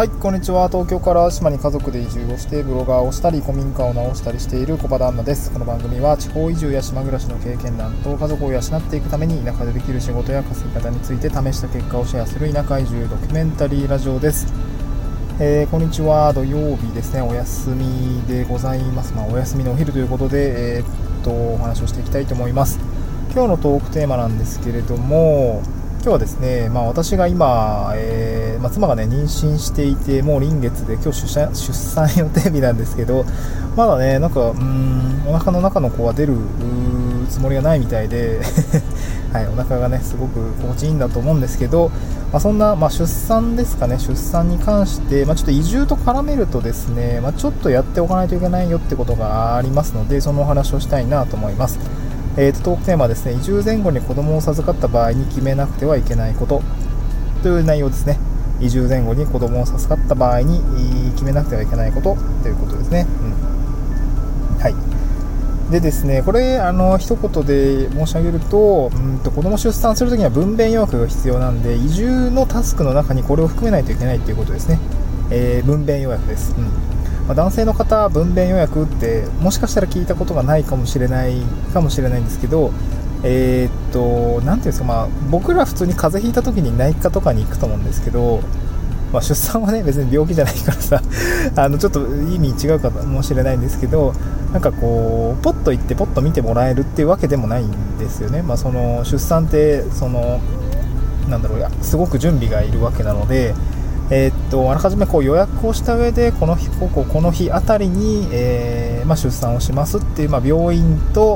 はい、こんにちは。東京から島に家族で移住をしてブロガーをしたり古民家を直したりしている小場旦那です。この番組は地方移住や島暮らしの経験談と家族を養っていくために田舎でできる仕事や稼ぎ方について試した結果をシェアする田舎移住ドキュメンタリーラジオです。こんにちは。土曜日ですね。お休みでございます。お休みのお昼ということで、お話をしていきたいと思います。今日のトークテーマなんですけれども、今日はですね、私が今、妻がね妊娠していて、もう臨月で今日出産予定日なんですけど、まだねお腹の中の子は出るつもりがないみたいではい、お腹がねすごく心地いいんだと思うんですけど、そんな、出産ですかね。出産に関して、ちょっと移住と絡めるとですね、ちょっとやっておかないといけないよってことがありますので、そのお話をしたいなと思います。トークテーマはですね、移住前後に子供を授かった場合に決めなくてはいけないことという内容ですね。移住前後に子供を授かった場合に決めなくてはいけないことということですね。はい。でですね、これ一言で申し上げると、子供出産するときには分娩予約が必要なんで、移住のタスクの中にこれを含めないといけないということですね。分娩予約です。男性の方、分娩予約ってもしかしたら聞いたことがないかもしれないんですけど、なんていうんですか、僕ら普通に風邪ひいた時に内科とかに行くと思うんですけど、出産はね別に病気じゃないからさちょっと意味違うかもしれないんですけど、ポッと行ってポッと見てもらえるっていうわけでもないんですよね。その出産ってすごく準備がいるわけなので、あらかじめ予約をした上でこの日あたりに、出産をしますっていう、病院と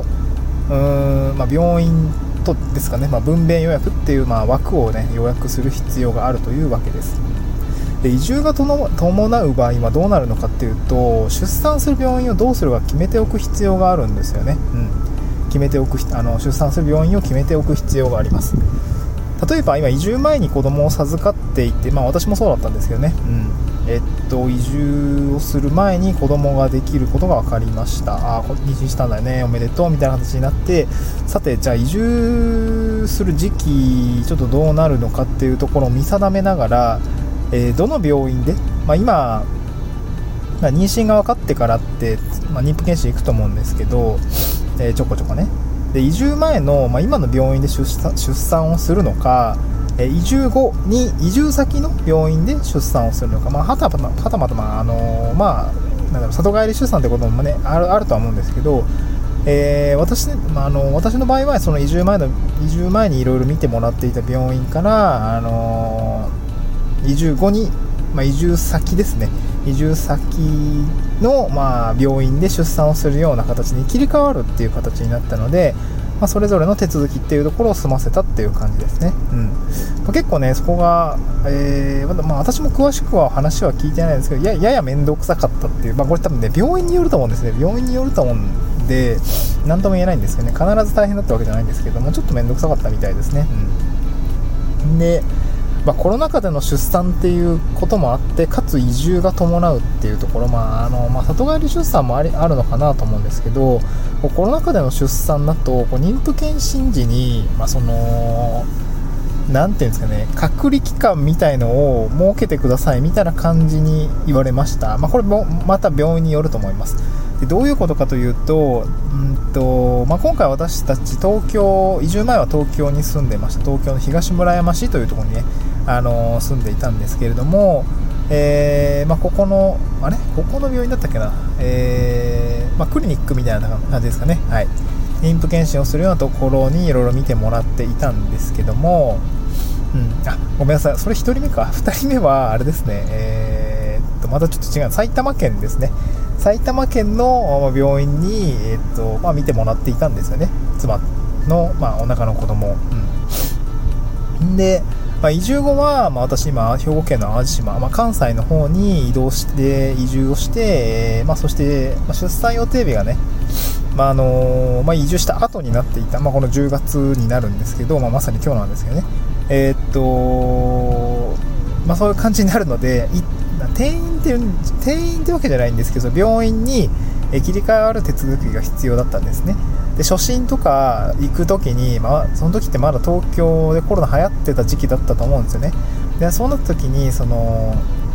ですかね、分娩予約っていう、枠をね予約する必要があるというわけです。で、移住が伴う場合はどうなるのかっていうと、出産する病院をどうするか決めておく必要があるんですよね。出産する病院を決めておく必要があります。例えば今移住前に子供を授かっていて、私もそうだったんですけどね、移住をする前に子供ができることが分かりました。妊娠したんだよね、おめでとうみたいな形になって、さてじゃあ移住する時期ちょっとどうなるのかっていうところを見定めながら、どの病院で、今妊娠が分かってからって、妊婦検診行くと思うんですけど、ちょこちょこね。で、移住前の、今の病院で出産をするのか、移住後に移住先の病院で出産をするのか、はたまた里帰り出産ってこともねあるとは思うんですけど、私の場合はその移住前にいろいろ見てもらっていた病院から、移住後に、移住先ですね、移住先の、病院で出産をするような形に切り替わるっていう形になったので、それぞれの手続きっていうところを済ませたっていう感じですね。結構ねそこが、私も詳しくは話は聞いてないんですけど、やや面倒くさかったっていう、これ多分ね病院によると思うんですね。病院によると思うんで何とも言えないんですけどね、必ず大変だったわけじゃないんですけども、ちょっと面倒くさかったみたいですね。で、コロナ禍での出産っていうこともあって、かつ移住が伴うっていうところ、里帰り出産もあるのかなと思うんですけど、コロナ禍での出産だと妊婦検診時に、なんていうんですかね、隔離期間みたいのを設けてくださいみたいな感じに言われました。これもまた病院によると思います。で、どういうことかというと、今回私たち移住前は東京に住んでました。東京の東村山市というところにね住んでいたんですけれども、ここの病院だったっけな、クリニックみたいな感じですかね。はい、妊婦検診をするようなところにいろいろ見てもらっていたんですけども、ごめんなさい、それ1人目か。2人目はあれですね、またちょっと違う、埼玉県ですね。埼玉県の病院に、見てもらっていたんですよね、妻の、お腹の子供。で、移住後は、私今兵庫県の淡路島、関西の方に移住をして、そして、出産予定日がね、移住した後になっていた、この10月になるんですけど、まさに今日なんですけどね、そういう感じになるので、転院ってわけじゃないんですけど、病院に切り替わる手続きが必要だったんですね。で、初診とか行くときに、その時ってまだ東京でコロナ流行ってた時期だったと思うんですよね。で、そうなった時に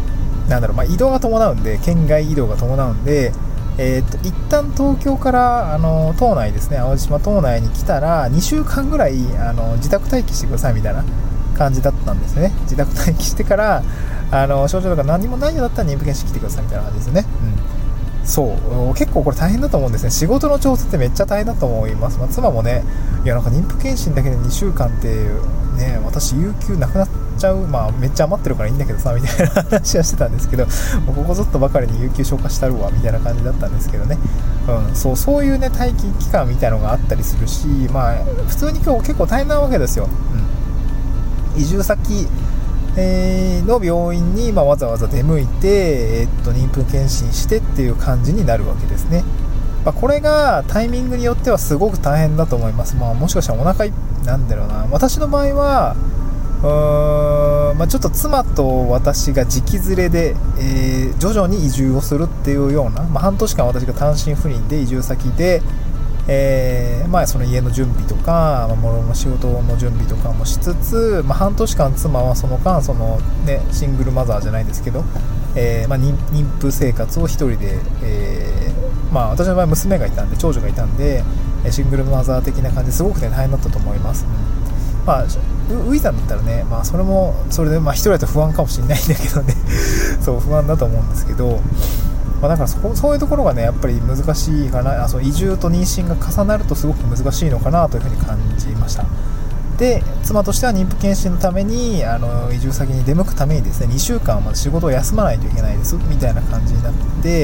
移動が伴うんで、県外移動が伴うんで、一旦東京から島内ですね、淡路島島内に来たら2週間ぐらい自宅待機してくださいみたいな感じだったんですね。自宅待機してから症状とか何もないようだったら妊婦検診来てくださいみたいな感じですね。そう結構これ大変だと思うんですね。仕事の調整ってめっちゃ大変だと思います。妻もね、いやなんか妊婦検診だけで2週間ってね、私有給なくなっちゃう、めっちゃ余ってるからいいんだけどさみたいな話はしてたんですけど、ここぞっとばかりに有給消化したるわみたいな感じだったんですけどね。そういうね待機期間みたいなのがあったりするし、普通に今日結構大変なわけですよ。移住先の病院にわざわざ出向いて、妊婦検診してっていう感じになるわけですね。これがタイミングによってはすごく大変だと思います。もしかしたらお腹なんだろうな、私の場合はちょっと妻と私が時期ずれで、徐々に移住をするっていうような、半年間私が単身赴任で移住先で、その家の準備とか、物の仕事の準備とかもしつつ、半年間妻はその間シングルマザーじゃないですけど、妊婦生活を一人で、私の場合娘がいたんで、長女がいたんでシングルマザー的な感じですごく大変だったと思います。ウィザーだったらね、それもそれで一人だと不安かもしれないんだけどねそう不安だと思うんですけど、だからそういうところがねやっぱり難しいかな。移住と妊娠が重なるとすごく難しいのかなというふうに感じました。で妻としては妊婦検診のために移住先に出向くためにですね、2週間は仕事を休まないといけないですみたいな感じになって、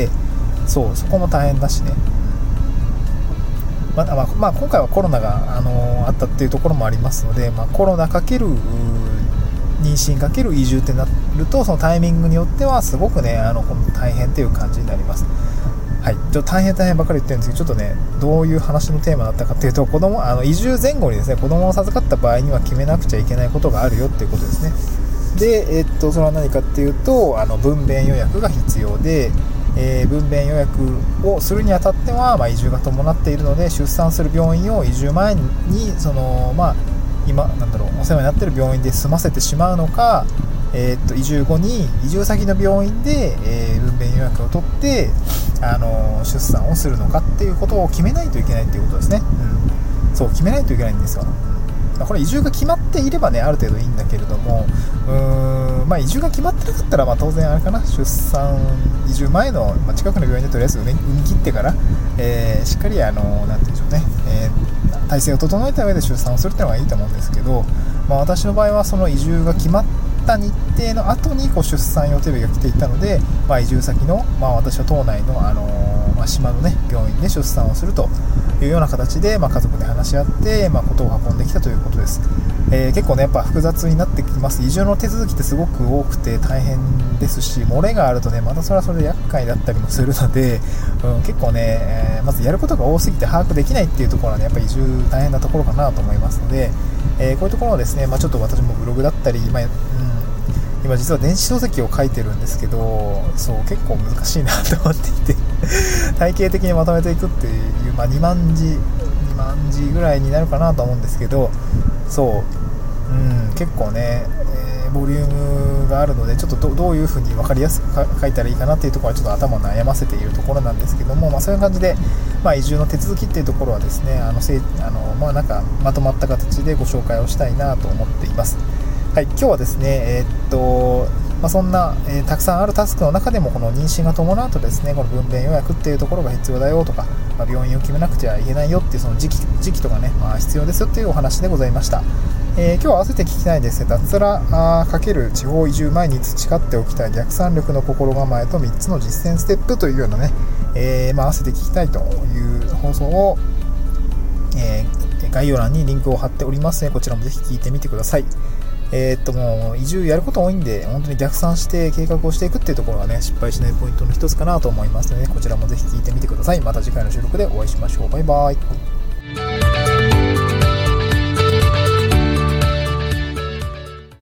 そこも大変だしね。今回はコロナがあったっていうところもありますので、コロナかける妊娠かける移住ってなると、そのタイミングによってはすごくねこの大変っていう感じになります。ちょっと大変ばっかり言ってるんですけど、ちょっとねどういう話のテーマだったかっていうと、移住前後にですね子供を授かった場合には決めなくちゃいけないことがあるよっていうことですね。で、それは何かっていうと分娩予約が必要で、分娩予約をするにあたっては、移住が伴っているので、出産する病院を移住前に今お世話になっている病院で済ませてしまうのか、移住後に移住先の病院で、分娩予約を取って出産をするのかっていうことを決めないといけないっていうことですね。そう決めないといけないんですよ。これ移住が決まっていればねある程度いいんだけれども、移住が決まってなかったら当然あれかな、出産移住前の、近くの病院でとりあえず産み切ってから、しっかりなんて言うんでしょうね、体制を整えた上で出産をするっていうのがいいと思うんですけど、私の場合はその移住が決まった日程の後に出産予定日が来ていたので、移住先の、私は島内の、島のね病院で出産をするというような形で、家族で話し合って、事を運んできたということです。結構ねやっぱ複雑になってきます。移住の手続きってすごく多くて大変ですし、漏れがあるとねまたそれはそれで厄介だったりもするので、結構ね、まずやることが多すぎて把握できないっていうところはねやっぱり移住大変なところかなと思いますので、こういうところをですね、ちょっと私もブログだったり、今実は電子書籍を書いてるんですけど、結構難しいなと思っていて体系的にまとめていくっていう、2万字ぐらいになるかなと思うんですけど、結構ね、ボリュームがあるので、ちょっとどういう風に分かりやすく書いたらいいかなっていうところはちょっと頭を悩ませているところなんですけども、そういう感じで、移住の手続きっていうところはですね、まとまった形でご紹介をしたいなと思っています。今日はですね、そんな、たくさんあるタスクの中でもこの妊娠が伴うとですね、この分娩予約っていうところが必要だよとか、病院を決めなくちゃいけないよっていうその時期とかね、必要ですよっていうお話でございました。今日は合わせて聞きたいですね、脱サラ×地方移住前に培っておきたい逆算力の心構えと3つの実践ステップというようなね、合わせて聞きたいという放送を、概要欄にリンクを貼っておりますので、こちらもぜひ聞いてみてください。もう移住やること多いんで、本当に逆算して計画をしていくっていうところはね、失敗しないポイントの一つかなと思いますので、こちらもぜひ聞いてみてください。また次回の収録でお会いしましょう。バイバイ。